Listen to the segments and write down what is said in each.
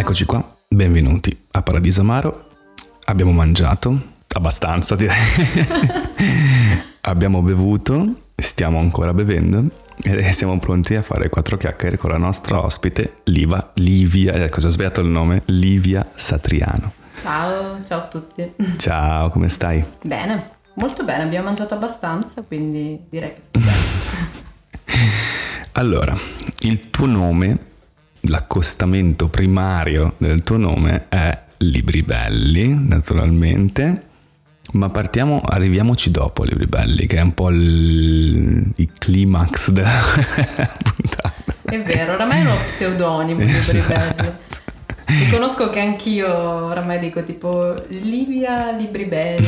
Eccoci qua, benvenuti a Paradiso Amaro. Abbiamo mangiato, abbastanza direi, abbiamo bevuto, stiamo ancora bevendo e siamo pronti a fare 4 chiacchiere con la nostra ospite Livia, cosa ho sbagliato il nome? Livia Satriano. Ciao a tutti. Ciao, come stai? Bene, molto bene, abbiamo mangiato abbastanza, quindi direi che sto bene. Allora, il tuo nome, l'accostamento primario del tuo nome è Libri Belli, naturalmente, ma arriviamoci dopo a Libri Belli, che è un po' il climax della puntata. È vero, oramai è uno pseudonimo Libri Belli. Riconosco che anch'io oramai dico tipo Livia Libri Belli.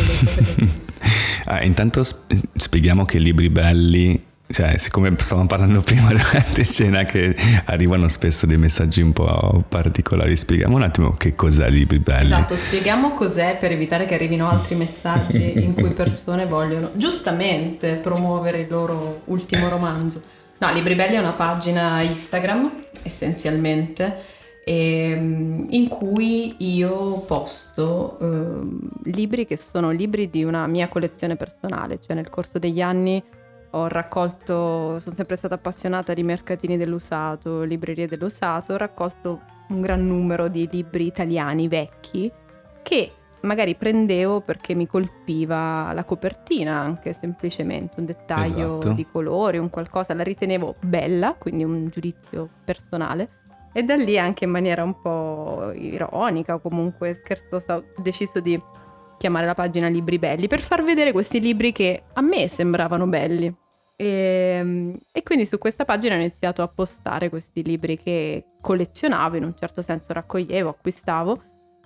Intanto spieghiamo che Libri Belli, cioè siccome stavamo parlando prima durante cena che arrivano spesso dei messaggi un po' particolari, spieghiamo un attimo che cos'è Libri Belli. Esatto, spieghiamo cos'è per evitare che arrivino altri messaggi in cui persone vogliono giustamente promuovere il loro ultimo romanzo. No, Libri Belli è una pagina Instagram essenzialmente in cui io posto libri che sono libri di una mia collezione personale, cioè nel corso degli anni sono sempre stata appassionata di mercatini dell'usato, librerie dell'usato, ho raccolto un gran numero di libri italiani vecchi che magari prendevo perché mi colpiva la copertina, anche semplicemente un dettaglio di colore, un qualcosa, la ritenevo bella, quindi un giudizio personale, e da lì anche in maniera un po' ironica o comunque scherzosa ho deciso di chiamare la pagina Libri Belli per far vedere questi libri che a me sembravano belli. E quindi su questa pagina ho iniziato a postare questi libri che collezionavo, in un certo senso raccoglievo, acquistavo,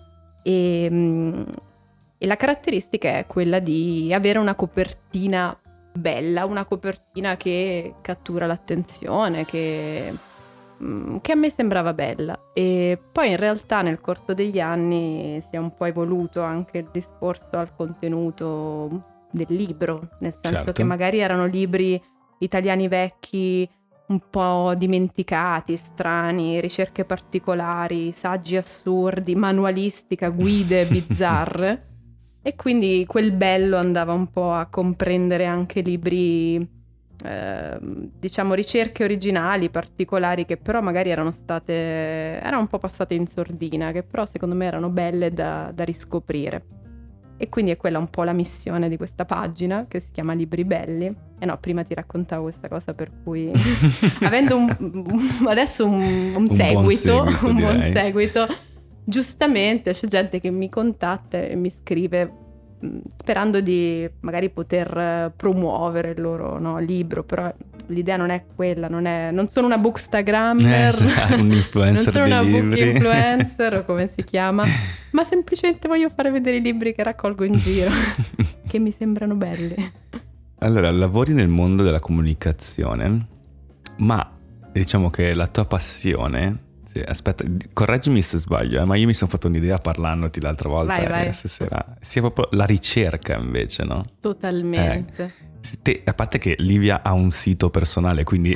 e la caratteristica è quella di avere una copertina bella, una copertina che cattura l'attenzione, che a me sembrava bella. E poi in realtà nel corso degli anni si è un po' evoluto anche il discorso al contenuto del libro, nel senso che magari erano libri italiani vecchi un po' dimenticati, strani, ricerche particolari, saggi assurdi, manualistica, guide bizzarre, e quindi quel bello andava un po' a comprendere anche libri diciamo ricerche originali, particolari, che però magari erano un po' passate in sordina, che però secondo me erano belle da riscoprire. E quindi è quella un po' la missione di questa pagina che si chiama Libri Belli. E no, prima ti raccontavo questa cosa per cui avendo adesso un buon seguito, giustamente c'è gente che mi contatta e mi scrive sperando di magari poter promuovere il loro libro, però l'idea non è quella, non sono una bookstagrammer, un influencer, non sono una libri. book influencer o come si chiama, ma semplicemente voglio fare vedere i libri che raccolgo in giro che mi sembrano belli. Allora, lavori nel mondo della comunicazione, ma diciamo che la tua passione, aspetta, correggimi se sbaglio, ma io mi sono fatto un'idea parlandoti l'altra volta, vai. Stasera, sia proprio la ricerca invece, no? Totalmente. A parte che Livia ha un sito personale, quindi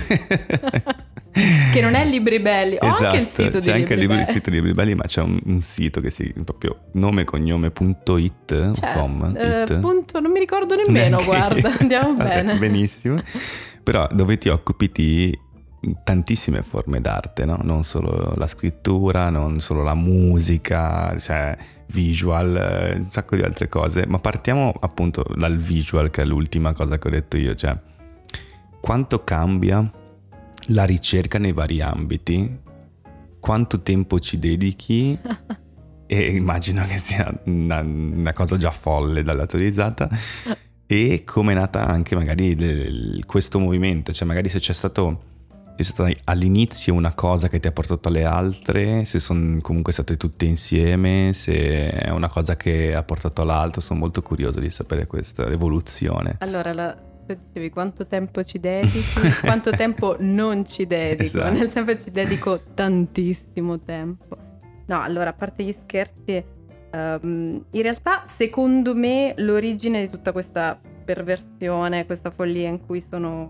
che non è Libri Belli, ho anche il sito c'è di anche Libri Belli. il sito di Libri Belli, ma c'è un sito che si proprio nomecognome.it, non mi ricordo nemmeno, guarda, andiamo bene. Benissimo. Però dove ti occupi di tantissime forme d'arte, no? Non solo la scrittura, non solo la musica, cioè visual, un sacco di altre cose, ma partiamo appunto dal visual, che è l'ultima cosa che ho detto io, cioè quanto cambia la ricerca nei vari ambiti, quanto tempo ci dedichi e immagino che sia una cosa già folle dalla tua risata, e come è nata anche magari questo movimento, cioè magari se c'è stata all'inizio una cosa che ti ha portato alle altre, se sono comunque state tutte insieme, se è una cosa che ha portato all'altra. Sono molto curioso di sapere questa evoluzione. Allora, tu dicevi quanto tempo ci dedichi, quanto tempo non ci dedico, esatto. Nel senso ci dedico tantissimo tempo. No, allora, a parte gli scherzi, in realtà secondo me l'origine di tutta questa perversione, questa follia in cui sono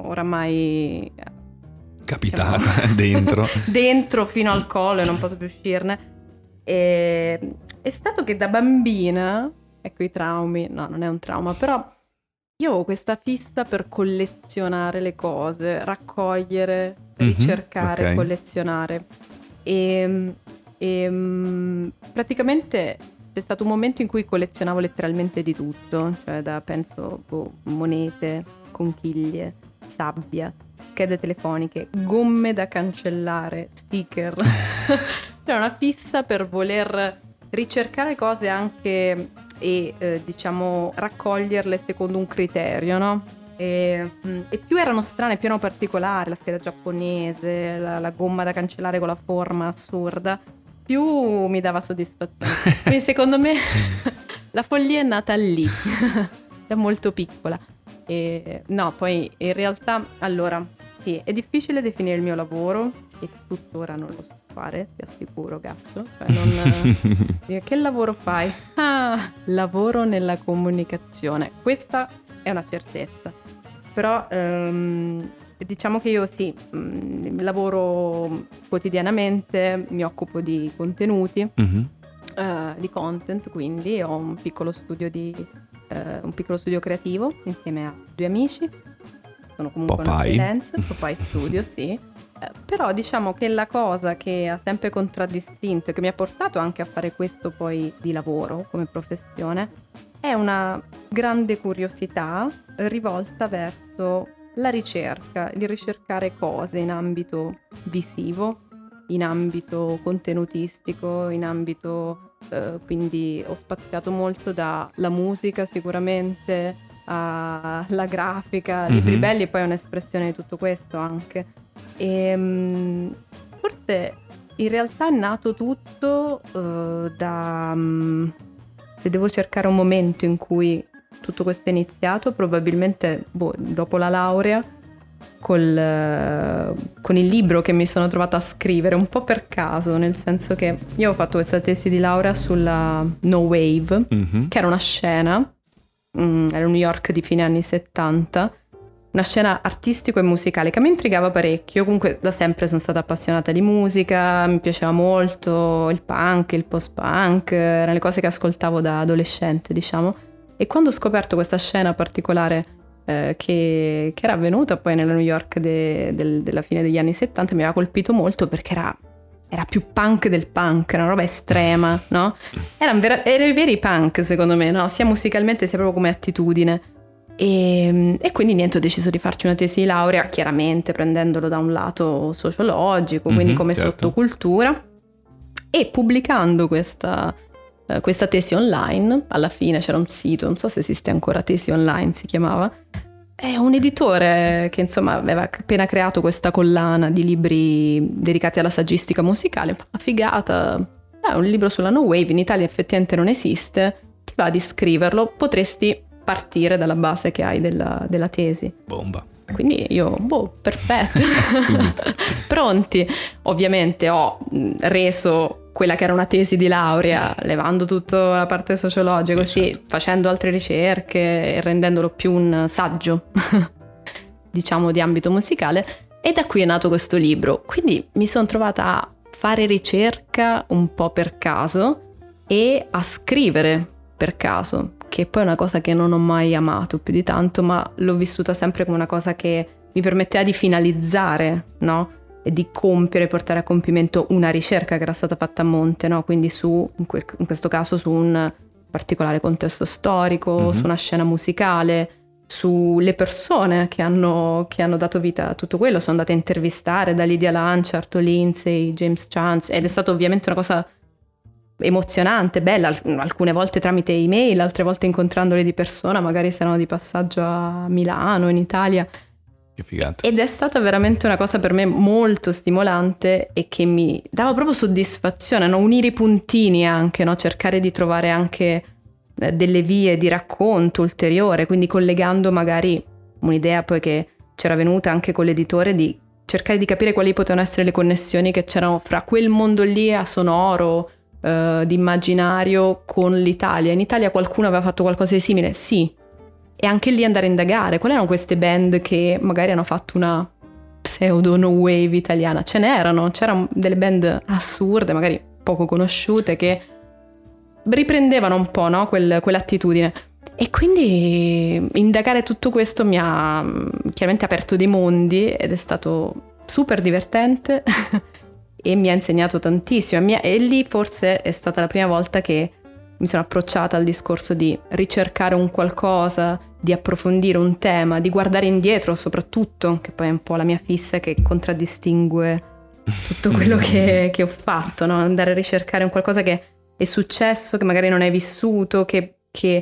oramai capitata, diciamo, dentro fino al collo e non posso più uscirne, È stato che da bambina, ecco i traumi, no, non è un trauma, però io ho questa fissa per collezionare le cose, raccogliere, ricercare, ok. collezionare. E praticamente c'è stato un momento in cui collezionavo letteralmente di tutto, cioè da penso monete, conchiglie, sabbia, schede telefoniche, gomme da cancellare, sticker. C'è una fissa per voler ricercare cose anche e diciamo raccoglierle secondo un criterio, no? E più erano strane, più erano particolari, la scheda giapponese, la gomma da cancellare con la forma assurda, più mi dava soddisfazione. Quindi secondo me la follia è nata lì, è molto piccola. No, poi in realtà, allora, sì, è difficile definire il mio lavoro e tuttora non lo so fare, ti assicuro, Gaccio. Cioè che lavoro fai? Ah, lavoro nella comunicazione. Questa è una certezza. Però diciamo che io sì, lavoro quotidianamente, mi occupo di contenuti, di content, quindi ho un piccolo studio creativo insieme a 2 amici. Sono comunque una freelance, Popeye Studio, sì. Però diciamo che la cosa che ha sempre contraddistinto e che mi ha portato anche a fare questo poi di lavoro come professione è una grande curiosità rivolta verso la ricerca, il ricercare cose in ambito visivo, in ambito contenutistico, in ambito quindi ho spaziato molto dalla musica sicuramente alla grafica, Libri Belli poi è un'espressione di tutto questo anche. E forse in realtà è nato tutto da se devo cercare un momento in cui tutto questo è iniziato, probabilmente dopo la laurea con il libro che mi sono trovata a scrivere un po' per caso, nel senso che io ho fatto questa tesi di laurea sulla No Wave, che era una scena, era New York di fine anni 70, una scena artistico e musicale che mi intrigava parecchio. Comunque da sempre sono stata appassionata di musica, mi piaceva molto il punk, il post-punk, erano le cose che ascoltavo da adolescente, diciamo. E quando ho scoperto questa scena particolare che era avvenuta poi nella New York della fine degli anni 70, mi aveva colpito molto perché era più punk del punk, era una roba estrema, no? Erano i veri punk, secondo me, no? Sia musicalmente sia proprio come attitudine. E quindi niente, ho deciso di farci una tesi di laurea, chiaramente prendendolo da un lato sociologico, quindi come sottocultura, e pubblicando questa tesi online. Alla fine c'era un sito, non so se esiste ancora, Tesi Online si chiamava, è un editore che insomma aveva appena creato questa collana di libri dedicati alla saggistica musicale. Una figata, è un libro sulla No Wave, in Italia effettivamente non esiste, ti va di scriverlo, potresti partire dalla base che hai della tesi. Bomba. Quindi io, perfetto. Pronti. Ovviamente ho reso quella che era una tesi di laurea, levando tutta la parte sociologica, così, certo, facendo altre ricerche e rendendolo più un saggio, diciamo, di ambito musicale. E da qui è nato questo libro. Quindi mi sono trovata a fare ricerca un po' per caso e a scrivere per caso, che poi è una cosa che non ho mai amato più di tanto, ma l'ho vissuta sempre come una cosa che mi permetteva di finalizzare, no? E di compiere, portare a compimento una ricerca che era stata fatta a monte, no? Quindi in questo caso su un particolare contesto storico, su una scena musicale, sulle persone che hanno dato vita a tutto quello. Sono andata a intervistare da Lydia Lunch, Arthur Lindsay, James Chance, ed è stata ovviamente una cosa emozionante, bella, alcune volte tramite email, altre volte incontrandole di persona, magari se erano di passaggio a Milano, in Italia. Che figata. Ed è stata veramente una cosa per me molto stimolante e che mi dava proprio soddisfazione, no? Unire i puntini anche, no? Cercare di trovare anche delle vie di racconto ulteriore, quindi collegando magari un'idea poi che c'era venuta anche con l'editore di cercare di capire quali potevano essere le connessioni che c'erano fra quel mondo lì a sonoro, di immaginario con l'Italia. In Italia qualcuno aveva fatto qualcosa di simile? Sì. E anche lì andare a indagare quali erano queste band che magari hanno fatto una pseudo no wave italiana. C'erano delle band assurde, magari poco conosciute che riprendevano un po', no? Quell'attitudine. E quindi indagare tutto questo mi ha chiaramente aperto dei mondi ed è stato super divertente e mi ha insegnato tantissimo. E lì forse è stata la prima volta che mi sono approcciata al discorso di ricercare un qualcosa, di approfondire un tema, di guardare indietro soprattutto, che poi è un po' la mia fissa che contraddistingue tutto quello che ho fatto, no? Andare a ricercare un qualcosa che è successo, che magari non hai vissuto, che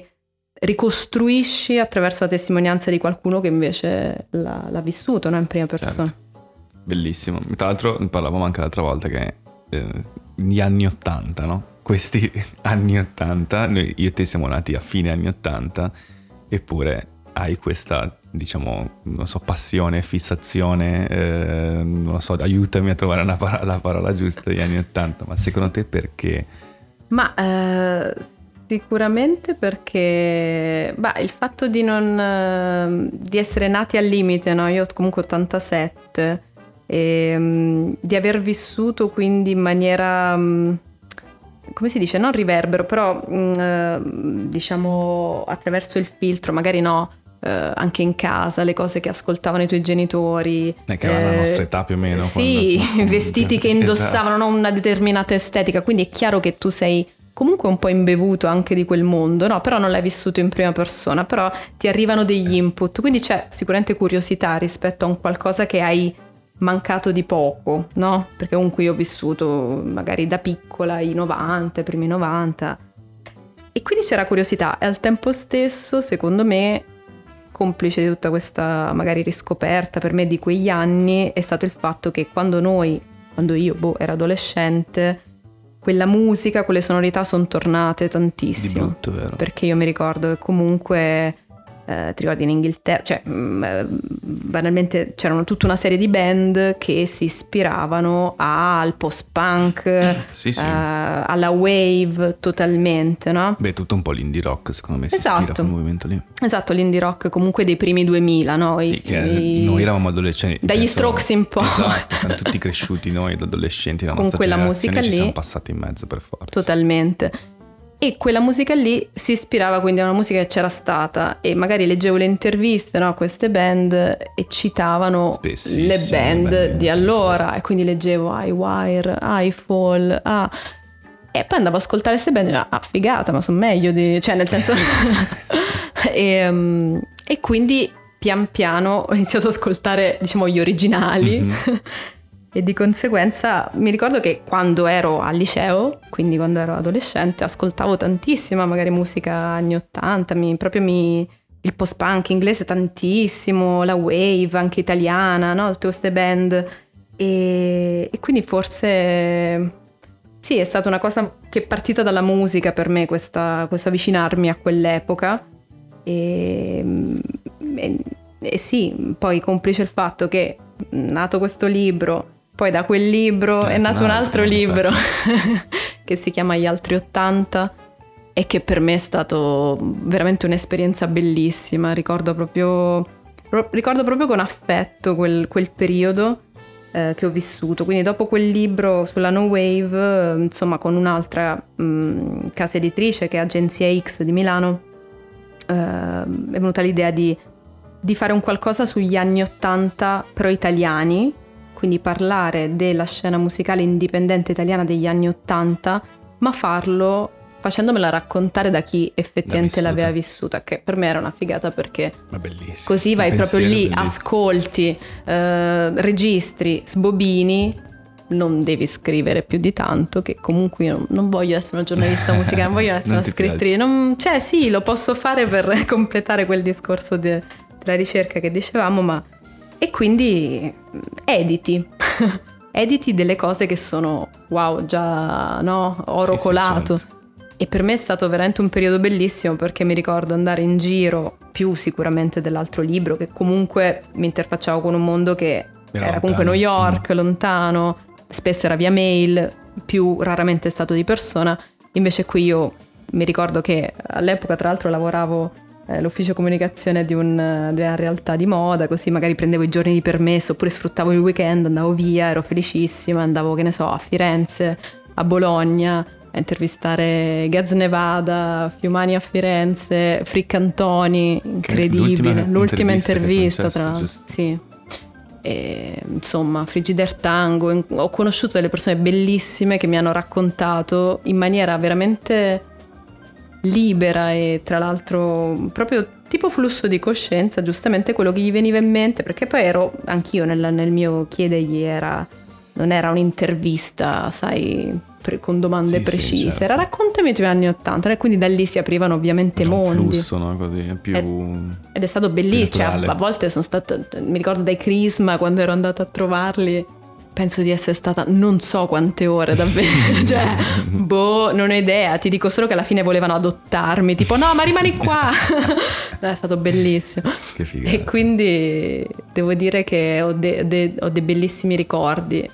ricostruisci attraverso la testimonianza di qualcuno che invece l'ha vissuto, no? In prima persona. Certo. Bellissimo. Tra l'altro parlavamo anche l'altra volta che gli anni 80, no? Questi anni 80, io e te siamo nati a fine anni 80, eppure hai questa, diciamo, non so, passione, fissazione, non so, aiutami a trovare la parola giusta, degli anni 80, ma secondo te perché? Ma sicuramente perché il fatto di essere nati al limite, no? Io comunque 87, e di aver vissuto quindi in maniera, come si dice, non riverbero, però diciamo attraverso il filtro, magari no, anche in casa, le cose che ascoltavano i tuoi genitori, che avevano la nostra età più o meno, sì, quando... vestiti che indossavano, esatto, una determinata estetica, quindi è chiaro che tu sei comunque un po' imbevuto anche di quel mondo, no? Però non l'hai vissuto in prima persona, però ti arrivano degli input, quindi c'è sicuramente curiosità rispetto a un qualcosa che hai mancato di poco, no? Perché comunque io ho vissuto magari da piccola i 90, i primi 90, e quindi c'era curiosità, e al tempo stesso, secondo me, complice di tutta questa magari riscoperta per me di quegli anni è stato il fatto che quando io ero adolescente, quella musica, quelle sonorità sono tornate tantissimo. Di brutto, vero? Perché io mi ricordo che comunque ti ricordi in Inghilterra, cioè banalmente c'erano tutta una serie di band che si ispiravano al post-punk, sì. alla wave totalmente, no? Beh, tutto un po' l'indie rock, secondo me, si esatto. ispira a quel movimento lì. Esatto, l'indie rock comunque dei primi 2000, no? Noi eravamo adolescenti. Dagli Strokes in poi. Esatto, siamo tutti cresciuti noi da adolescenti, la con nostra quella generazione, musica ci lì. siamo passati in mezzo per forza. Totalmente. E quella musica lì si ispirava quindi a una musica che c'era stata, e magari leggevo le interviste, no, a queste band e citavano le band di allora, e quindi leggevo I Wire, I Fall, e poi andavo ad ascoltare queste band e figata, ma sono meglio cioè nel senso e quindi pian piano ho iniziato ad ascoltare, diciamo, gli originali. Mm-hmm. E di conseguenza mi ricordo che quando ero al liceo, quindi quando ero adolescente, ascoltavo tantissima magari musica anni 80, il post-punk inglese tantissimo, la wave anche italiana, no? Tutte queste band. E quindi forse sì, è stata una cosa che è partita dalla musica per me, questo avvicinarmi a quell'epoca. E sì, poi complice il fatto che nato questo libro, poi da quel libro è nato un altro libro che si chiama Gli altri 80, e che per me è stato veramente un'esperienza bellissima. Ricordo proprio con affetto quel periodo che ho vissuto. Quindi dopo quel libro sulla No Wave, insomma, con un'altra casa editrice che è Agenzia X di Milano, è venuta l'idea di fare un qualcosa sugli anni 80 però italiani, quindi parlare della scena musicale indipendente italiana degli anni 80, ma farlo facendomela raccontare da chi effettivamente l'aveva vissuta, che per me era una figata, perché così vai proprio lì, ascolti, registri, sbobini, non devi scrivere più di tanto, che comunque io non voglio essere una giornalista musicale, non voglio essere una scrittrice, cioè sì, lo posso fare per completare quel discorso della ricerca che dicevamo, ma e quindi editi delle cose che sono wow, già no, oro colato. Certo. E per me è stato veramente un periodo bellissimo, perché mi ricordo andare in giro, più sicuramente dell'altro libro, che comunque mi interfacciavo con un mondo che era comunque New York, lontano, spesso era via mail, più raramente è stato di persona. Invece qui io mi ricordo che all'epoca tra l'altro lavoravo l'ufficio comunicazione di una realtà di moda, così magari prendevo i giorni di permesso oppure sfruttavo il weekend, andavo via, ero felicissima, andavo, che ne so, a Firenze a Bologna a intervistare Gaz Nevada, Fiumani a Firenze, Friccantoni, incredibile, l'ultima intervista tra l'altro, sì. E, insomma, Frigidaire Tango, ho conosciuto delle persone bellissime che mi hanno raccontato in maniera veramente libera e tra l'altro proprio tipo flusso di coscienza giustamente quello che gli veniva in mente, perché poi ero anch'io nel mio chiedergli, non era un'intervista, sai, con domande precise, sì, certo. Era raccontami i tuoi anni '80, e quindi da lì si aprivano ovviamente mondi. Flusso, no? Così, più ed è stato bellissimo, cioè, a volte sono stata, mi ricordo dai Crisma quando ero andata a trovarli, penso di essere stata non so quante ore davvero, cioè non ho idea, ti dico solo che alla fine volevano adottarmi, tipo no ma rimani qua. È stato bellissimo. Che figata. E quindi devo dire che ho dei bellissimi ricordi.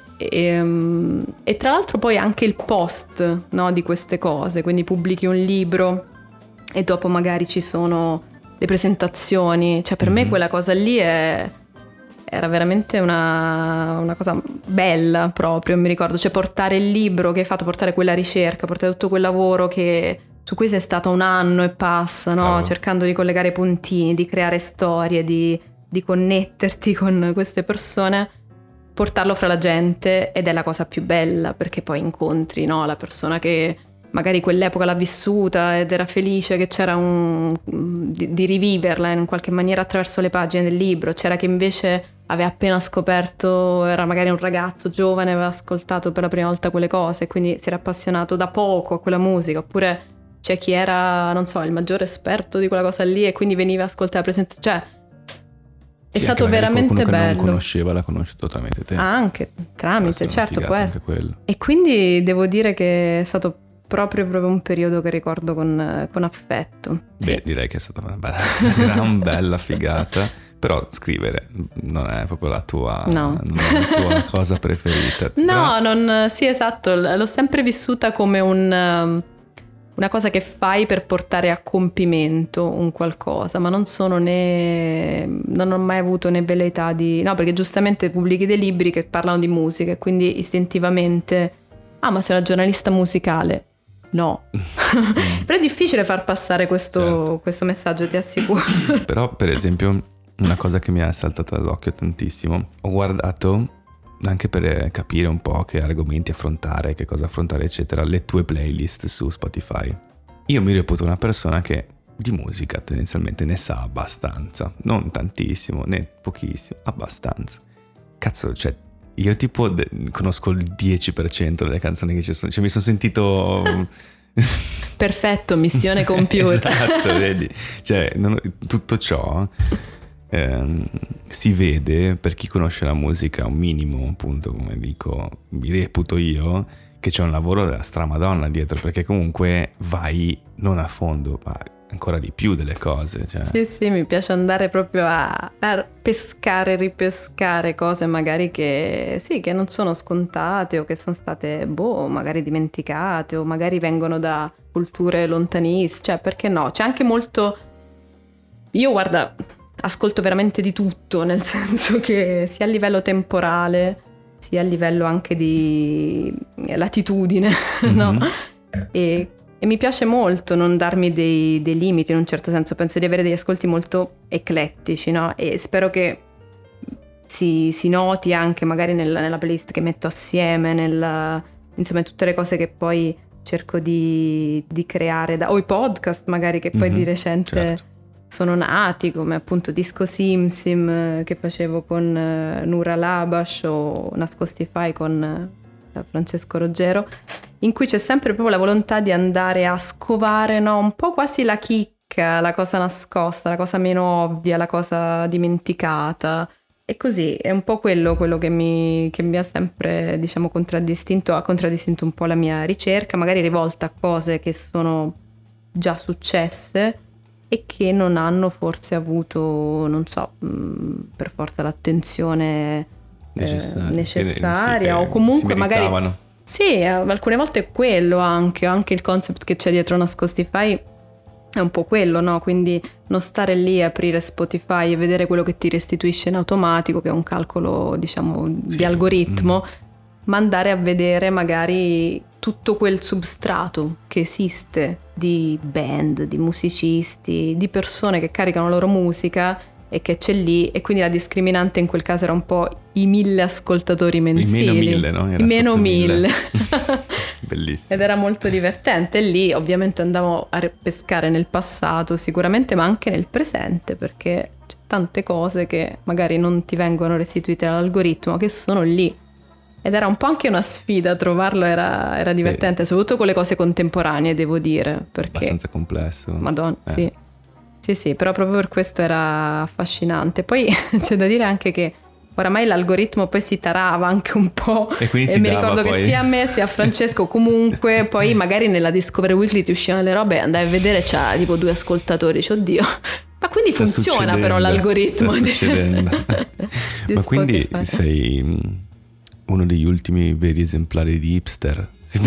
E tra l'altro poi anche il post, no, di queste cose, quindi pubblichi un libro e dopo magari ci sono le presentazioni, cioè per me quella cosa lì era veramente una cosa bella proprio, mi ricordo, cioè portare il libro che hai fatto, portare quella ricerca, portare tutto quel lavoro su cui sei stato un anno e passa, no? Cercando di collegare i puntini, di creare storie, di connetterti con queste persone, portarlo fra la gente, ed è la cosa più bella, perché poi incontri, no, la persona che magari quell'epoca l'ha vissuta ed era felice che c'era di riviverla in qualche maniera attraverso le pagine del libro, c'era che invece aveva appena scoperto, era magari un ragazzo giovane, aveva ascoltato per la prima volta quelle cose, quindi si era appassionato da poco a quella musica, oppure c'è chi era, non so, il maggiore esperto di quella cosa lì e quindi veniva a ascoltare la presenza, cioè è stato veramente bello. Non conosceva, l'ha conosciuto tramite te. Anche tramite, certo, può essere. E quindi devo dire che è stato proprio un periodo che ricordo con affetto. Sì. Direi che è stata una bella figata, però scrivere non è proprio la tua cosa preferita. No, sì, esatto, l'ho sempre vissuta come una cosa che fai per portare a compimento un qualcosa, ma non ho mai avuto né velleità no, perché giustamente pubblichi dei libri che parlano di musica e quindi istintivamente ma sei una giornalista musicale. No. Però è difficile far passare questo messaggio, ti assicuro. Però per esempio una cosa che mi è saltata all'occhio tantissimo, ho guardato anche per capire un po' che argomenti affrontare, che cosa affrontare eccetera, le tue playlist su Spotify. Io mi reputo una persona che di musica tendenzialmente ne sa abbastanza, non tantissimo né pochissimo, abbastanza. Cazzo, cioè io tipo conosco il 10% delle canzoni che ci sono, cioè mi sono sentito perfetto, missione compiuta. Esatto, vedi, cioè tutto ciò si vede per chi conosce la musica un minimo, appunto, come dico, mi reputo io, che c'è un lavoro della stramadonna dietro, perché comunque vai non a fondo ma ancora di più delle cose, cioè. Sì, mi piace andare proprio a pescare, ripescare cose magari che non sono scontate o che sono state magari dimenticate o magari vengono da culture lontanissime, cioè perché no? C'è anche molto, io guarda, ascolto veramente di tutto, nel senso che sia a livello temporale sia a livello anche di latitudine, no? E mi piace molto non darmi dei limiti, in un certo senso. Penso di avere degli ascolti molto eclettici, no? E spero che si noti anche magari nella playlist che metto assieme, insomma in tutte le cose che poi cerco di creare, o i podcast magari che poi di recente sono nati, come appunto Disco Sim Sim che facevo con Nura Labash, o Nascostify con Francesco Roggero, in cui c'è sempre proprio la volontà di andare a scovare, no? Un po' quasi la chicca, la cosa nascosta, la cosa meno ovvia, la cosa dimenticata. E così è un po' quello che mi ha sempre, diciamo, contraddistinto un po' la mia ricerca, magari rivolta a cose che sono già successe e che non hanno forse avuto, non so, per forza l'attenzione necessaria, o comunque magari sì, alcune volte è quello anche il concept che c'è dietro Nascostify è un po' quello, no? Quindi non stare lì a aprire Spotify e vedere quello che ti restituisce in automatico, che è un calcolo, diciamo, di algoritmo, ma andare a vedere magari tutto quel substrato che esiste di band, di musicisti, di persone che caricano la loro musica e che c'è lì, e quindi la discriminante in quel caso era un po' i 1000 ascoltatori mensili. I meno 1000, no? Era I meno 1000. Bellissimo. Ed era molto divertente. E lì ovviamente andavo a pescare nel passato sicuramente, ma anche nel presente, perché c'è tante cose che magari non ti vengono restituite dall'algoritmo, che sono lì. Ed era un po' anche una sfida, trovarlo era divertente, soprattutto con le cose contemporanee, devo dire. Perché abbastanza complesso. Madonna, sì. Sì, però proprio per questo era affascinante. Poi c'è da dire anche che oramai l'algoritmo poi si tarava anche un po', e mi ricordo poi... che sia a me sia a Francesco comunque poi magari nella Discovery Weekly ti uscivano le robe e andavi a vedere, c'ha tipo 2 ascoltatori, dici oddio, ma quindi sta funziona però l'algoritmo sta succedendo. di ma quindi Spotify. sei uno degli ultimi veri esemplari di hipster?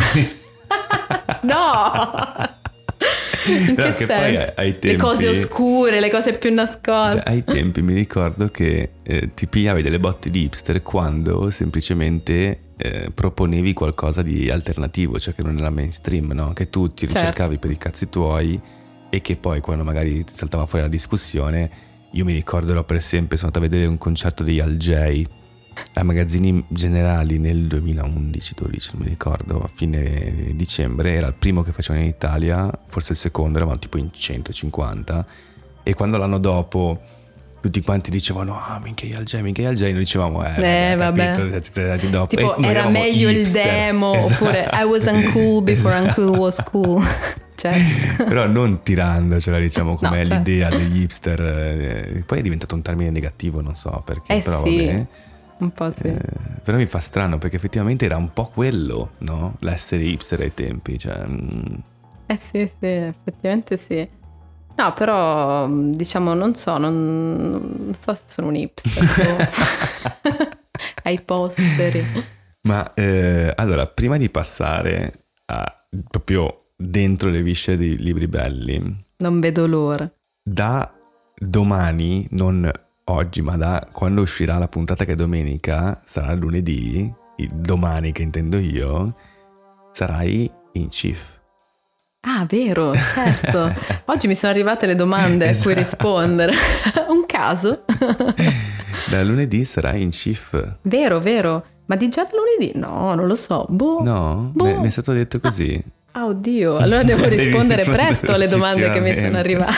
No! In che senso? Poi ai tempi, le cose oscure, le cose più nascoste. Ai tempi mi ricordo che ti pigliavi delle botte di hipster quando semplicemente proponevi qualcosa di alternativo, cioè che non era mainstream, no? Che tu ti ricercavi per i cazzi tuoi, e che poi quando magari ti saltava fuori la discussione, io mi ricorderò per sempre, sono andato a vedere un concerto degli Al J ai Magazzini Generali nel 2011-12, non mi ricordo, a fine dicembre. Era il primo che facevano in Italia, forse il secondo, eravamo tipo in 150, e quando l'anno dopo tutti quanti dicevano minchia Al J, noi dicevamo vabbè, capito, dopo. Tipo era meglio hipster. Il demo, Esatto. oppure I was uncool before uncool was cool. Certo. Però non tirandocela, diciamo, come No, certo. l'idea degli hipster, poi è diventato un termine negativo, non so perché, però sì. vabbè. Un po' sì. Però mi fa strano perché effettivamente era un po' quello, no? L'essere hipster ai tempi, cioè... Sì, effettivamente sì. No, però diciamo non so se sono un hipster ai posteri. Ma allora, prima di passare a proprio dentro le viscere dei libri belli, non vedo l'ora. Da domani, non oggi, ma da quando uscirà la puntata, che è domenica, sarà lunedì, il domani che intendo io, sarai in Chief. Ah, vero, certo. Oggi mi sono arrivate le domande a cui rispondere. Un caso? Da lunedì sarai in Chief. Vero. Ma di già da lunedì? No, non lo so. No? Boh. Mi è stato detto così. Ah, oddio. Allora devo rispondere presto alle domande che mi sono arrivate.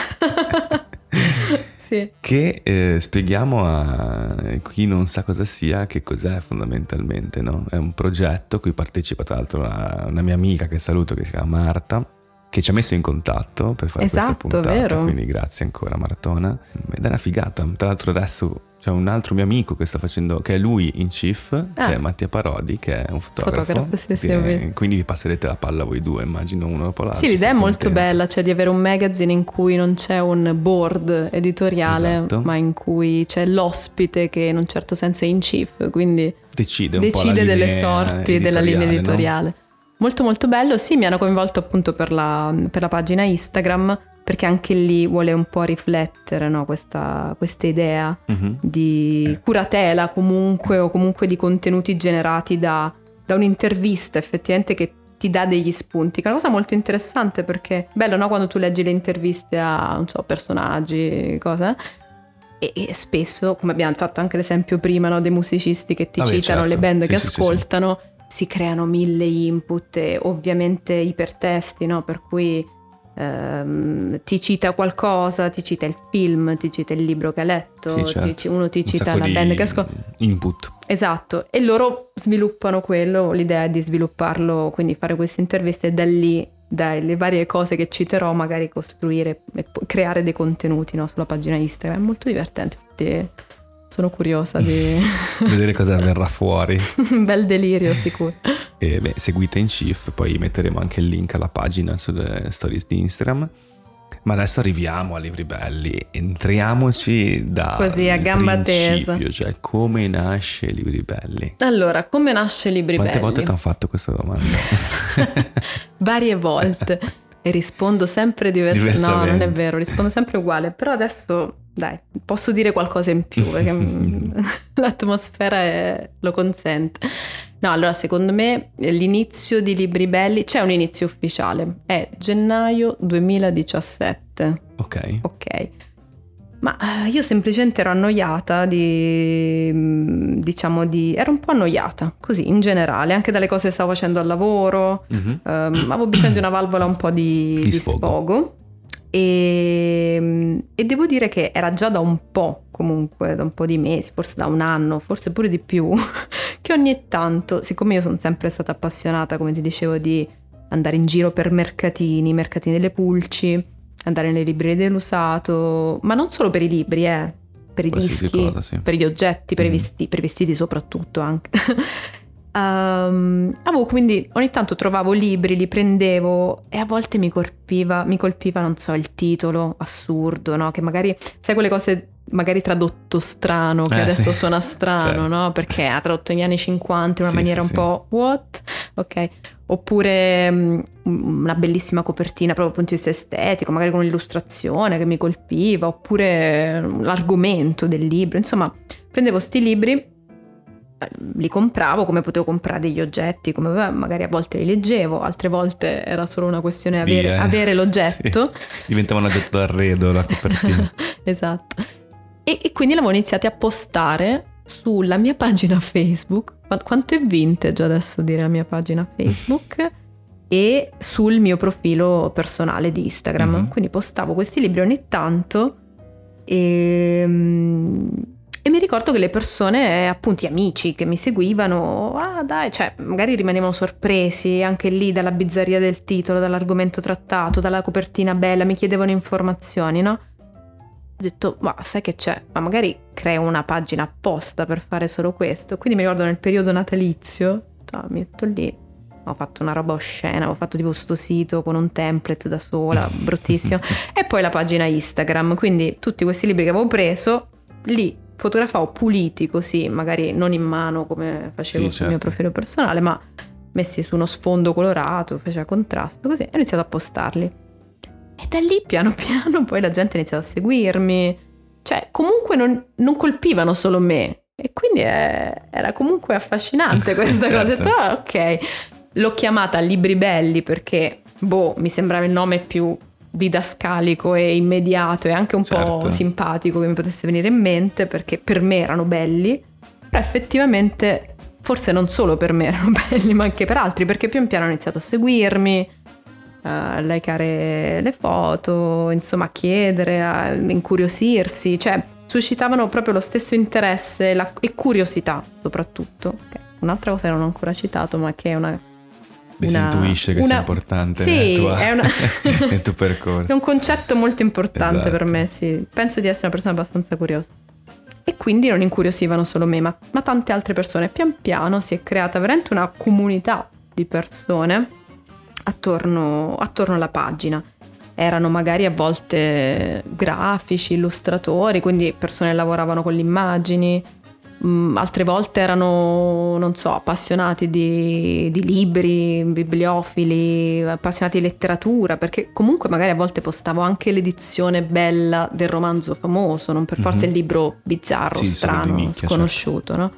Sì. Che spieghiamo a chi non sa cosa sia, che cos'è fondamentalmente, no? È un progetto a cui partecipa tra l'altro una mia amica che saluto, che si chiama Marta, che ci ha messo in contatto per fare questa puntata, vero. Quindi grazie ancora Maratona, ed è una figata. Tra l'altro adesso c'è un altro mio amico che sta facendo, che è lui in Chief, che è Mattia Parodi, che è un fotografo, sì. Quindi vi passerete la palla voi due, immagino, uno dopo l'altro. Sì, l'idea è molto bella, cioè di avere un magazine in cui non c'è un board editoriale, esatto, ma in cui c'è l'ospite che in un certo senso è in chief, quindi decide delle sorti della linea editoriale, no? Molto molto bello. Sì, mi hanno coinvolto appunto per la pagina Instagram, perché anche lì vuole un po' riflettere, no? questa idea di curatela comunque, o comunque di contenuti generati da un'intervista effettivamente, che ti dà degli spunti, che è una cosa molto interessante, perché è bello, no? Quando tu leggi le interviste a, non so, personaggi, cose, e spesso, come abbiamo fatto anche l'esempio prima, no? Dei musicisti che ti citano, certo, le band che sì, ascoltano, si creano 1000 input e ovviamente ipertesti, no? Per cui ti cita qualcosa, ti cita il film, ti cita il libro che ha letto, sì, certo. uno ti cita la band che ascolta. Input. Esatto, e loro sviluppano quello, l'idea è di svilupparlo, quindi fare queste interviste e da lì, dalle varie cose che citerò, magari costruire e creare dei contenuti, no? Sulla pagina Instagram. È molto divertente, infatti sono curiosa di vedere cosa verrà fuori. Un bel delirio sicuro. E seguite in Chief, poi metteremo anche il link alla pagina sulle stories di Instagram. Ma adesso arriviamo a Libri Belli, entriamoci da così a gamba tesa, cioè come nasce Libri Belli. Allora, come nasce Libri Quante Belli? volte ti hanno fatto questa domanda? Varie volte, e rispondo sempre diversamente. No, non è vero, rispondo sempre uguale, però adesso dai, posso dire qualcosa in più perché l'atmosfera lo consente. No, allora secondo me l'inizio di Libri Belli, c'è un inizio ufficiale, è gennaio 2017. Ok. Ma io semplicemente ero annoiata ero un po' annoiata, così in generale, anche dalle cose che stavo facendo al lavoro, avevo bisogno di una valvola un po' di sfogo. E devo dire che era già da un po', comunque, da un po' di mesi, forse da un anno, forse pure di più, che ogni tanto, siccome io sono sempre stata appassionata, come ti dicevo, di andare in giro per mercatini delle pulci, andare nei librerie dell'usato, ma non solo per i libri, per i dischi, cosa, sì. per gli oggetti, per i vestiti soprattutto anche. Quindi ogni tanto trovavo libri, li prendevo e a volte mi colpiva, non so, il titolo assurdo, no? Che magari, sai, quelle cose magari tradotto strano, che adesso suona strano, certo. No? Perché ha tradotto negli anni 50 in una maniera un po' what? Ok. Oppure una bellissima copertina proprio dal punto di vista estetico, magari con un'illustrazione che mi colpiva, oppure l'argomento del libro. Insomma, prendevo sti libri, li compravo come potevo comprare degli oggetti, come magari a volte li leggevo, altre volte era solo una questione avere l'oggetto. Sì. Diventava un oggetto d'arredo la copertina. Esatto. E quindi l'avevo iniziati a postare sulla mia pagina Facebook. Quanto è vintage adesso dire la mia pagina Facebook, e sul mio profilo personale di Instagram. Quindi postavo questi libri ogni tanto e mi ricordo che le persone, appunto gli amici che mi seguivano, cioè magari rimanevano sorpresi anche lì dalla bizzarria del titolo, dall'argomento trattato, dalla copertina bella, mi chiedevano informazioni, no? Ho detto, ma sai che c'è? Ma magari creo una pagina apposta per fare solo questo. Quindi mi ricordo nel periodo natalizio, mi metto lì, ho fatto una roba oscena, ho fatto tipo sto sito con un template da sola, bruttissimo, e poi la pagina Instagram. Quindi tutti questi libri che avevo preso, lì fotografavo puliti così, magari non in mano come facevo sul mio profilo personale, ma messi su uno sfondo colorato, faceva contrasto, così, e ho iniziato a postarli. E da lì piano piano poi la gente ha iniziato a seguirmi, cioè comunque non colpivano solo me, e quindi era comunque affascinante questa cosa. Ho detto, ok, l'ho chiamata Libri Belli perché mi sembrava il nome più didascalico e immediato e anche un po' simpatico che mi potesse venire in mente, perché per me erano belli, però effettivamente forse non solo per me erano belli, ma anche per altri, perché pian piano hanno iniziato a seguirmi, a likeare le foto, insomma a chiedere, a incuriosirsi, cioè suscitavano proprio lo stesso interesse e curiosità soprattutto. Okay. Un'altra cosa che non ho ancora citato, ma che è si intuisce che sia importante nel tuo percorso. È un concetto molto importante per me, sì. Penso di essere una persona abbastanza curiosa. E quindi non incuriosivano solo me, ma tante altre persone. Pian piano si è creata veramente una comunità di persone attorno alla pagina. Erano magari a volte grafici, illustratori, quindi persone che lavoravano con le immagini. Altre volte erano, non so, appassionati di libri, bibliofili, appassionati di letteratura, perché comunque magari a volte postavo anche l'edizione bella del romanzo famoso, non per forza il libro bizzarro, strano, nicchia, sconosciuto, no?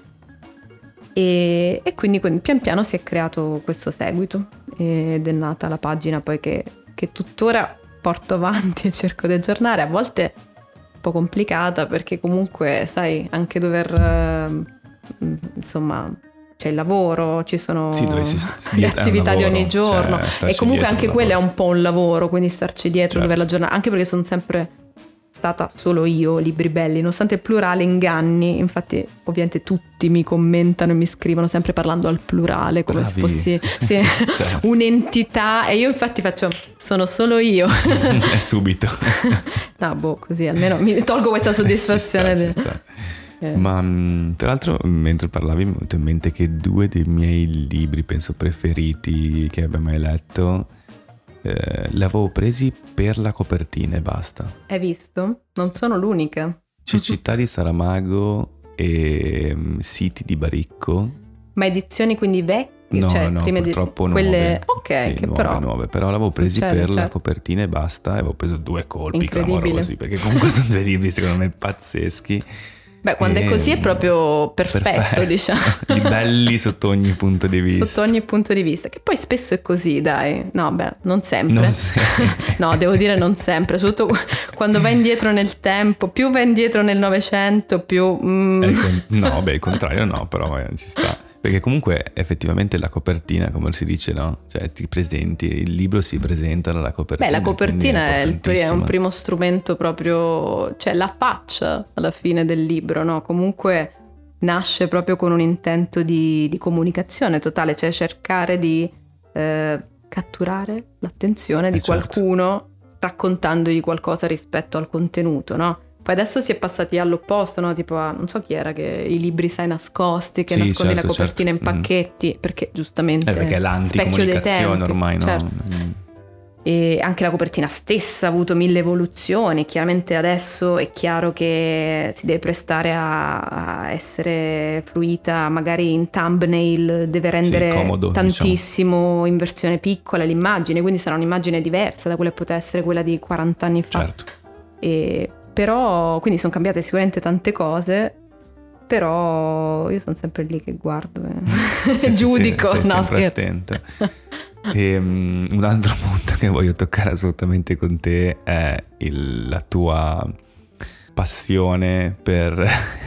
E quindi pian piano si è creato questo seguito ed è nata la pagina poi che tuttora porto avanti e cerco di aggiornare, a volte un po' complicata perché comunque sai anche dover insomma c'è il lavoro, ci sono le attività di ogni giorno, e comunque anche quello è un po' un lavoro, quindi starci dietro, doverla aggiornare, anche perché sono sempre stata solo io Libri Belli, nonostante il plurale inganni. Infatti ovviamente tutti mi commentano e mi scrivono sempre parlando al plurale come se fossi un'entità, e io infatti sono solo io e subito no così almeno mi tolgo questa soddisfazione ci sta. Ma tra l'altro mentre parlavi mi è venuto in mente che 2 dei miei libri penso preferiti che abbia mai letto li avevo presi per la copertina e basta. Hai visto? Non sono l'unica. Cecità di Saramago e Siti di Baricco. Ma edizioni quindi vecchie? No, purtroppo quelle... nuove. Ok, che nuove, però l'avevo presi per la copertina e basta, e avevo preso 2 colpi, clamorosi, perché comunque sono 2 libri secondo me pazzeschi. Beh, quando è così è proprio perfetto, diciamo. Belli sotto ogni punto di vista. Sotto ogni punto di vista, che poi spesso è così, dai. No, beh, non sempre. No, devo dire non sempre, soprattutto quando vai indietro nel tempo, più vai indietro nel Novecento, più... No, beh, il contrario no, però ci sta. Perché comunque effettivamente la copertina, come si dice, no? Cioè ti presenti, il libro si presenta dalla copertina. Beh, la copertina è un primo strumento proprio, cioè la faccia alla fine del libro, no? Comunque nasce proprio con un intento di comunicazione totale, cioè cercare di catturare l'attenzione di qualcuno raccontandogli qualcosa rispetto al contenuto, no? Poi adesso si è passati all'opposto, no? Tipo non so chi era, che i libri sai nascosti, che nascondi la copertina in pacchetti, perché giustamente perché è l'anticomunicazione ormai, no? Certo. E anche la copertina stessa ha avuto 1000 evoluzioni. Chiaramente adesso è chiaro che si deve prestare a essere fruita magari in thumbnail, deve rendere comodo, tantissimo, diciamo, in versione piccola l'immagine, quindi sarà un'immagine diversa da quella che poteva essere quella di 40 anni fa. Certo. Però quindi sono cambiate sicuramente tante cose, però io sono sempre lì che guardo e giudico. Sei no, scherzo. Attento. E un altro punto che voglio toccare assolutamente con te è la tua passione per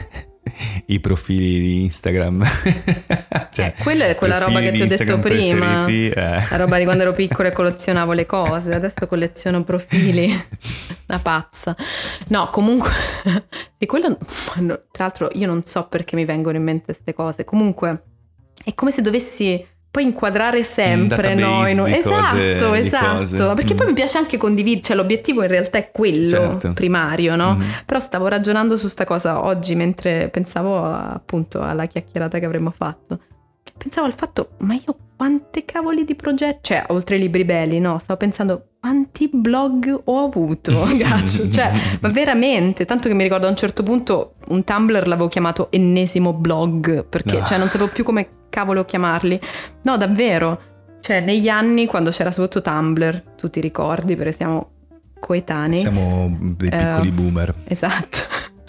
i profili di Instagram. Cioè, quella è quella roba che ti ho detto prima, la roba di quando ero piccola e collezionavo le cose, adesso colleziono profili. Una pazza. No, comunque sì, quello, tra l'altro io non so perché mi vengono in mente queste cose. Comunque è come se dovessi poi inquadrare sempre, no? Esatto, perché poi mi piace anche condividere, cioè l'obiettivo in realtà è quello, primario, no? Però stavo ragionando su sta cosa oggi mentre pensavo appunto alla chiacchierata che avremmo fatto. Pensavo al fatto, ma io quante cavoli di progetti, cioè oltre ai libri belli, no? Stavo pensando quanti blog ho avuto, gaccio, cioè, ma veramente, tanto che mi ricordo a un certo punto un Tumblr l'avevo chiamato ennesimo blog, perché cioè non sapevo più come cavolo chiamarli. No, davvero, cioè negli anni quando c'era soprattutto Tumblr, tu ti ricordi, perché siamo coetanei. Siamo dei piccoli boomer. Esatto.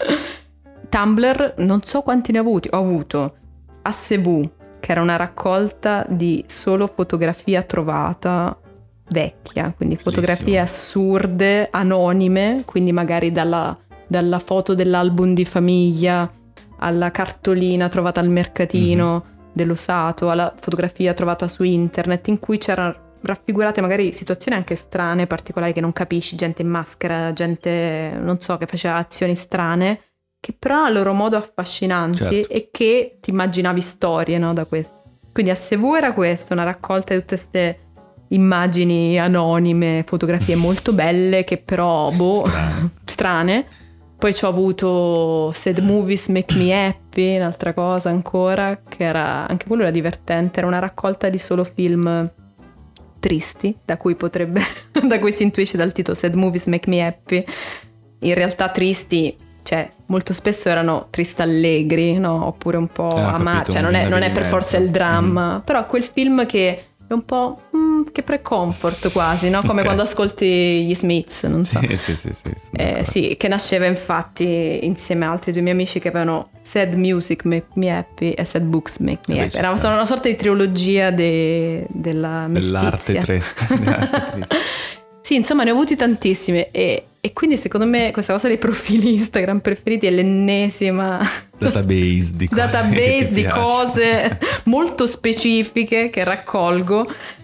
Tumblr non so quanti ne ho avuti, ho avuto ASV, che era una raccolta di solo fotografia trovata vecchia, quindi fotografie assurde, anonime, quindi magari dalla foto dell'album di famiglia alla cartolina trovata al mercatino dell'usato, alla fotografia trovata su internet, in cui c'erano raffigurate magari situazioni anche strane, particolari che non capisci, gente in maschera, gente non so che faceva azioni strane, che però a loro modo affascinanti, e che ti immaginavi storie, no, da questo. Quindi ASV era questo, una raccolta di tutte queste immagini anonime, fotografie molto belle che però strane. Poi ci ho avuto Sad Movies Make Me Happy, un'altra cosa ancora, che era, anche quello era divertente, era una raccolta di solo film tristi, da cui si intuisce dal titolo Sad Movies Make Me Happy. In realtà tristi, cioè molto spesso erano tristallegri, no? Oppure un po' amari, cioè non è per forza il dramma, però quel film che è un po' che pre-comfort quasi, no? Come quando ascolti gli Smiths, non so. Sì, che nasceva infatti insieme a altri due miei amici che avevano Sad Music Make Me Happy e Sad Books Make Me Happy. Era una sorta di trilogia della mestizia. Dell'arte triste. Sì, insomma ne ho avuti tantissime e quindi secondo me questa cosa dei profili Instagram preferiti è l'ennesima database di cose molto specifiche che raccolgo.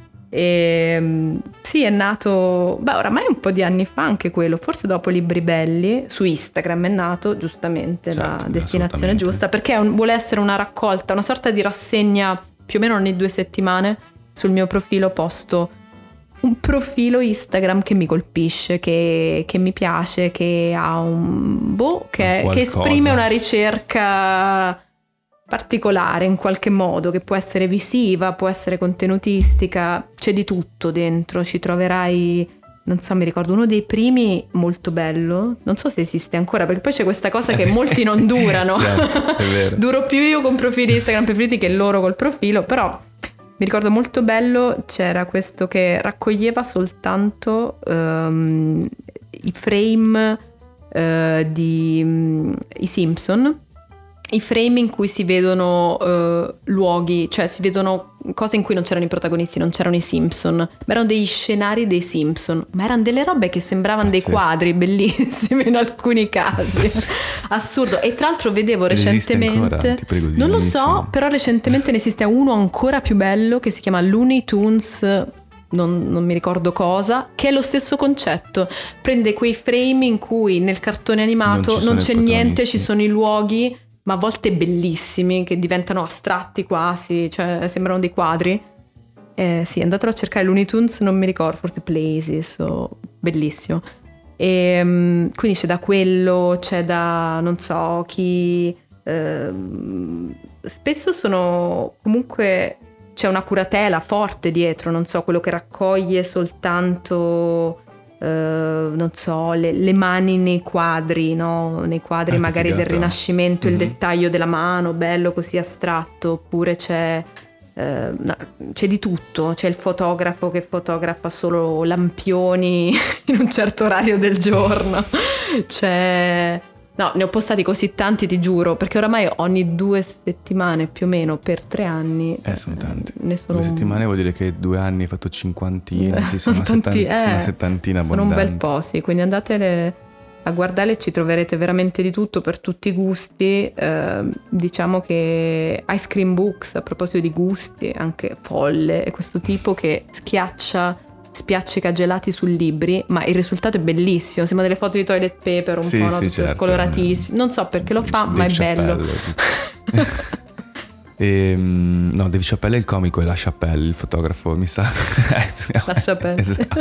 E sì, è nato oramai un po' di anni fa anche quello, forse dopo Libri Belli. Su Instagram è nato giustamente la destinazione giusta, perché vuole essere una raccolta, una sorta di rassegna più o meno ogni 2 settimane. Sul mio profilo posto un profilo Instagram che mi colpisce, che mi piace, che ha che esprime una ricerca particolare in qualche modo, che può essere visiva, può essere contenutistica, c'è di tutto dentro. Ci troverai, non so, mi ricordo uno dei primi molto bello, non so se esiste ancora, perché poi c'è questa cosa che molti non durano. Certo, è vero. Duro più io con profili Instagram preferiti che loro col profilo, però mi ricordo molto bello, c'era questo che raccoglieva soltanto i frame di i Simpson, i frame in cui si vedono luoghi, cioè si vedono cose in cui non c'erano i protagonisti, non c'erano i Simpson, ma erano degli scenari dei Simpson, ma erano delle robe che sembravano dei quadri bellissimi in alcuni casi. Assurdo. E tra l'altro vedevo recentemente, ti prego, non lo so, però recentemente ne esiste uno ancora più bello che si chiama Looney Tunes, non mi ricordo cosa, che è lo stesso concetto. Prende quei frame in cui nel cartone animato non c'è niente, ci sono i luoghi, ma a volte bellissimi, che diventano astratti quasi, cioè sembrano dei quadri. Sì, andatelo a cercare Looney Tunes, non mi ricordo, forse Places o... bellissimo. E quindi c'è da quello, c'è da non so chi... spesso sono comunque... c'è una curatela forte dietro, non so, quello che raccoglie soltanto... non so, le mani nei quadri, no? Nei quadri magari del Rinascimento, il dettaglio della mano, bello così astratto, oppure c'è di tutto, c'è il fotografo che fotografa solo lampioni in un certo orario del giorno, c'è... No, ne ho postati così tanti, ti giuro, perché oramai ogni 2 settimane più o meno per 3 anni. Sono tanti. Ne sono 2 settimane vuol dire che 2 anni hai fatto 50, ci sono una settantina abbondanti. Sono un bel po', sì, quindi andatele a guardare, ci troverete veramente di tutto per tutti i gusti. Diciamo che Ice Cream Books, a proposito di gusti, anche folle, è questo tipo che spiaccica gelati su libri, ma il risultato è bellissimo, sembra delle foto di toilet paper un po', no? Certo. Coloratissime, non so perché lo fa, ma è bello. No, Dave Chappelle è il comico e La Chappelle il fotografo, mi sa. La Chappelle. Esatto.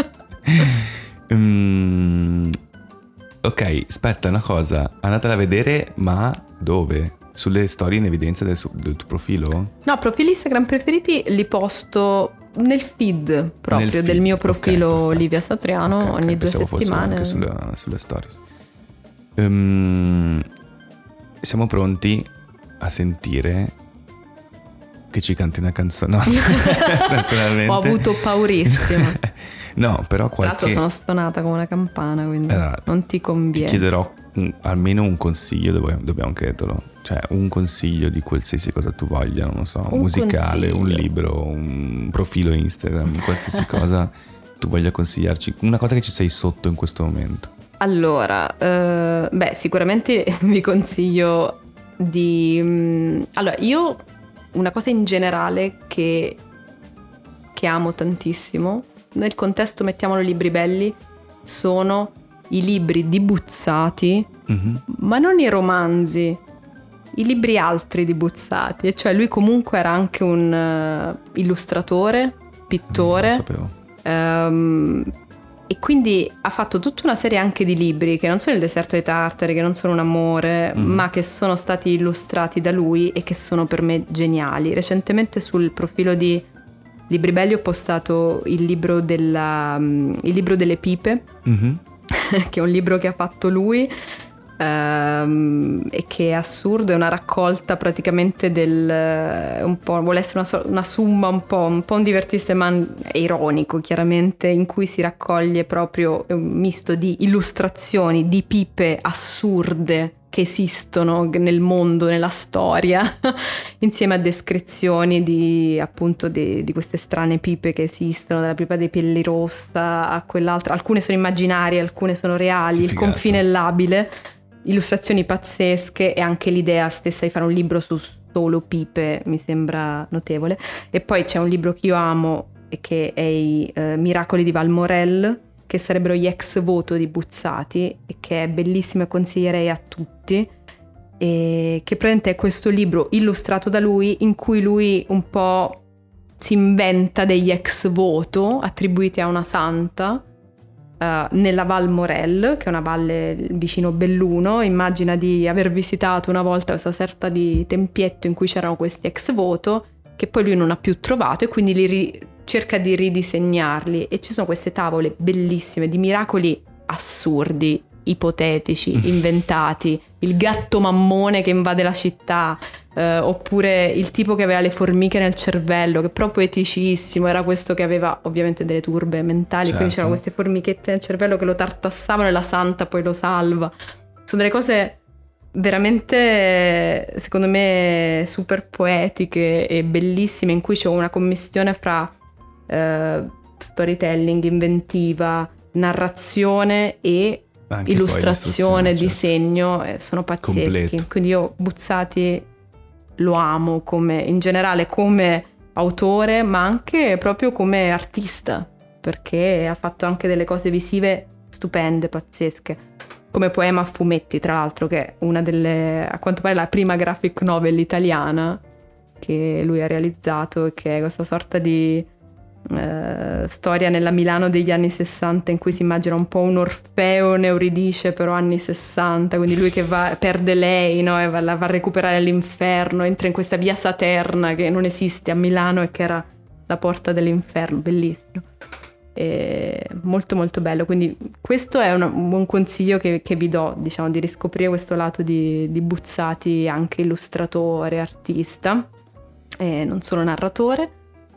Ok, aspetta, una cosa, andatela a vedere, ma dove? Sulle storie in evidenza del tuo profilo? No, profili Instagram preferiti li posto nel feed proprio del mio profilo, okay, Livia Satriano, ogni 2 settimane. Anche sulle stories. Siamo pronti a sentire che ci canti una canzone? No, ho avuto paurissimo. No, però Tra l'altro sono stonata come una campana, quindi non ti conviene. Ti chiederò almeno un consiglio, dobbiamo chiederlo. Cioè un consiglio di qualsiasi cosa tu voglia, non lo so, un musicale, consiglio, un libro, un profilo Instagram, qualsiasi cosa tu voglia consigliarci, una cosa che ci sei sotto in questo momento. Allora, sicuramente vi consiglio di... Allora, io una cosa in generale che amo tantissimo, nel contesto mettiamolo libri belli, sono i libri di Buzzati, ma non i romanzi, i libri altri di Buzzati, e cioè lui comunque era anche un illustratore, pittore, non sapevo. E quindi ha fatto tutta una serie anche di libri che non sono Il deserto dei tartari, che non sono un amore, ma che sono stati illustrati da lui e che sono per me geniali. Recentemente sul profilo di Libri Belli ho postato il libro delle pipe, che è un libro che ha fatto lui, e che è assurdo, è una raccolta praticamente un po', vuole essere una summa un po' un divertissement, è ironico chiaramente, in cui si raccoglie proprio un misto di illustrazioni di pipe assurde che esistono nel mondo, nella storia, insieme a descrizioni di queste strane pipe che esistono, dalla pipa dei Pellirossa a quell'altra, alcune sono immaginarie, alcune sono reali, il confine è labile, illustrazioni pazzesche, e anche l'idea stessa di fare un libro su solo pipe mi sembra notevole. E poi c'è un libro che io amo e che è i Miracoli di Valmorel, che sarebbero gli ex voto di Buzzati, e che è bellissimo e consiglierei a tutti, e che praticamente è questo libro illustrato da lui in cui lui un po' si inventa degli ex voto attribuiti a una santa nella Val Morel, che è una valle vicino Belluno. Immagina di aver visitato una volta questa sorta di tempietto in cui c'erano questi ex voto che poi lui non ha più trovato, e quindi cerca di ridisegnarli, e ci sono queste tavole bellissime di miracoli assurdi, ipotetici, inventati, il gatto mammone che invade la città, oppure il tipo che aveva le formiche nel cervello, che è proprio eticissimo, era questo che aveva ovviamente delle turbe mentali, certo. Quindi c'erano queste formichette nel cervello che lo tartassavano e la santa poi lo salva. Sono delle cose veramente secondo me super poetiche e bellissime, in cui c'è una commistione fra storytelling, inventiva, narrazione e Anche illustrazione, poi disegno, sono pazzeschi. Completo. Quindi io Buzzati lo amo in generale come autore, ma anche proprio come artista, perché ha fatto anche delle cose visive stupende, pazzesche, come Poema a fumetti, tra l'altro, che è una delle, a quanto pare, la prima graphic novel italiana che lui ha realizzato, che è questa sorta di storia nella Milano degli anni 60, in cui si immagina un po' un Orfeo, un Euridice, però anni 60, quindi lui che perde lei, no? E va a recuperare l'inferno, entra in questa via Saterna che non esiste a Milano e che era la porta dell'inferno, bellissimo. E molto molto bello, quindi questo è un buon consiglio che vi do, diciamo, di riscoprire questo lato di Buzzati, anche illustratore, artista, non solo narratore.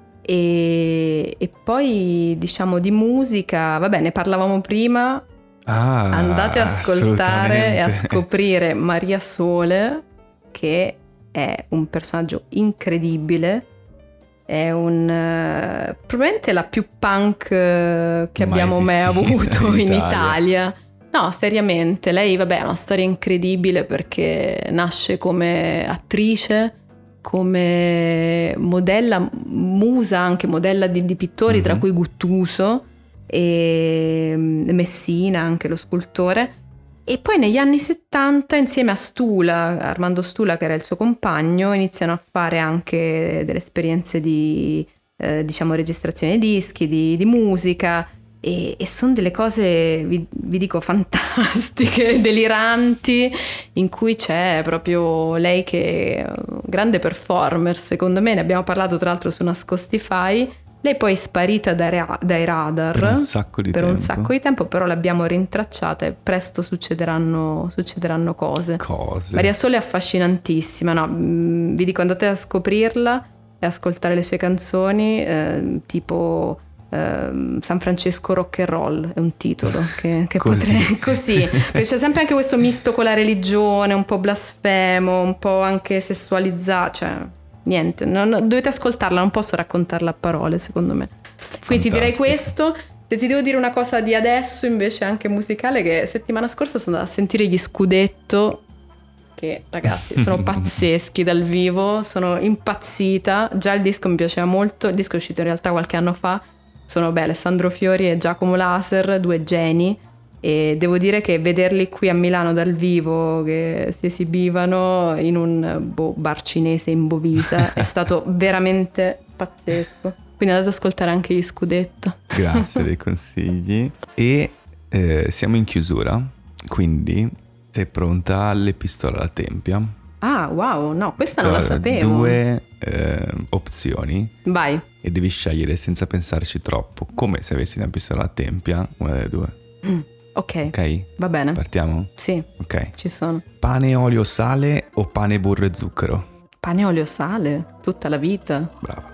E poi, diciamo, di musica, vabbè, ne parlavamo prima, andate a ascoltare e a scoprire Maria Sole, che è un personaggio incredibile. È probabilmente la più punk che abbiamo mai avuto in Italia. No, seriamente, lei, vabbè, ha una storia incredibile, perché nasce come attrice, come modella, musa, anche modella di pittori, tra cui Guttuso e Messina, anche lo scultore. E poi negli anni 70, insieme a Armando Stula, che era il suo compagno, iniziano a fare anche delle esperienze di diciamo registrazione di dischi, di musica, e sono delle cose, vi dico, fantastiche, deliranti, in cui c'è proprio lei che è un grande performer, secondo me. Ne abbiamo parlato tra l'altro su Nascostify. Lei poi è sparita dai radar per un sacco di tempo, però l'abbiamo rintracciata e presto succederanno cose. Maria Sole è affascinantissima, no? Vi dico, andate a scoprirla e ascoltare le sue canzoni, tipo San Francesco Rock and Roll è un titolo che potrei così, perché c'è sempre anche questo misto con la religione, un po' blasfemo, un po' anche sessualizzato, cioè niente, dovete ascoltarla, non posso raccontarla a parole, secondo me. Quindi ti direi questo. Se ti devo dire una cosa di adesso invece, anche musicale, che settimana scorsa sono andata a sentire gli Scudetto, che ragazzi sono pazzeschi dal vivo, sono impazzita. Già il disco mi piaceva molto, il disco è uscito in realtà qualche anno fa. Sono Alessandro Fiori e Giacomo Laser, due geni, e devo dire che vederli qui a Milano dal vivo, che si esibivano in un bar cinese in Bovisa, è stato veramente pazzesco. Quindi andate ad ascoltare anche gli Scudetto. Grazie dei consigli. E siamo in chiusura, quindi sei pronta all'Epistola alla Tempia? Ah, wow, no, questa non la sapevo. Due opzioni. Vai. E devi scegliere senza pensarci troppo, come se avessi una pistola alla tempia, una delle due. Ok. Va bene. Partiamo? Sì. Ok. Ci sono. Pane, olio, sale o pane, burro e zucchero? Pane, olio, sale, tutta la vita. Brava.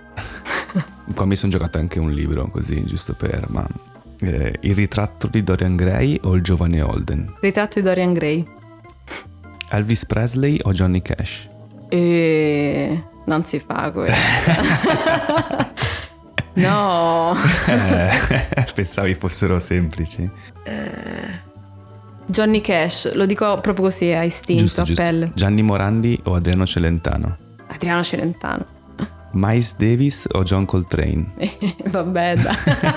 Qua mi sono giocato anche un libro così, giusto per... Ma il ritratto di Dorian Gray o il giovane Holden? Ritratto di Dorian Gray. Elvis Presley o Johnny Cash? Non si fa questo. No. Pensavi fossero semplici. Johnny Cash, lo dico proprio così, a istinto, giusto, a pelle. Giusto. Gianni Morandi o Adriano Celentano? Adriano Celentano. Miles Davis o John Coltrane? Vabbè, dai.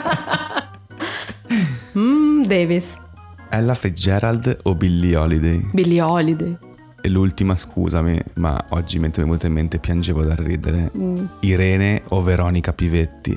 Davis. Ella Fitzgerald o Billie Holiday? Billie Holiday. E l'ultima, scusami, ma oggi mentre mi è venuta in mente piangevo dal ridere. Irene o Veronica Pivetti?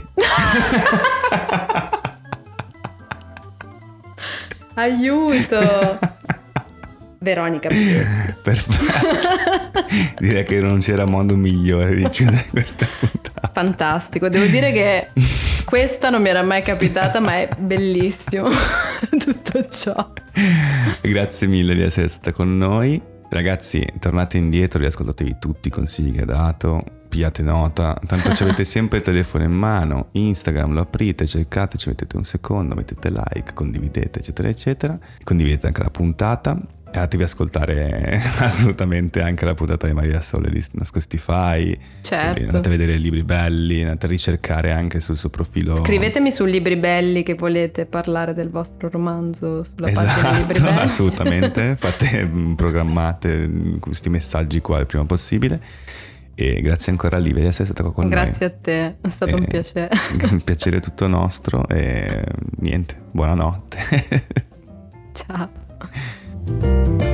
Aiuto! Veronica Pivetti. Perfetto. Direi che non c'era modo migliore di chiudere questa puntata. Fantastico, devo dire che questa non mi era mai capitata, ma è bellissimo tutto ciò. Grazie mille di essere stata con noi. Ragazzi, tornate indietro, riascoltatevi tutti i consigli che ha dato, pigliate nota, tanto ci avete sempre il telefono in mano, Instagram lo aprite, cercate, ci mettete un secondo, mettete like, condividete, eccetera eccetera, condividete anche la puntata. Andatevi ad ascoltare assolutamente anche la puntata di Maria Sole di Nascostify. Certo. Andate a vedere i libri belli, andate a ricercare anche sul suo profilo. Scrivetemi su libri belli che volete parlare del vostro romanzo sulla pagina di Libri Belli. Assolutamente, programmate questi messaggi qua il prima possibile. E grazie ancora Livia di essere stata qua con noi. Grazie a te, è stato un piacere. Un piacere tutto nostro e niente, buonanotte. Ciao.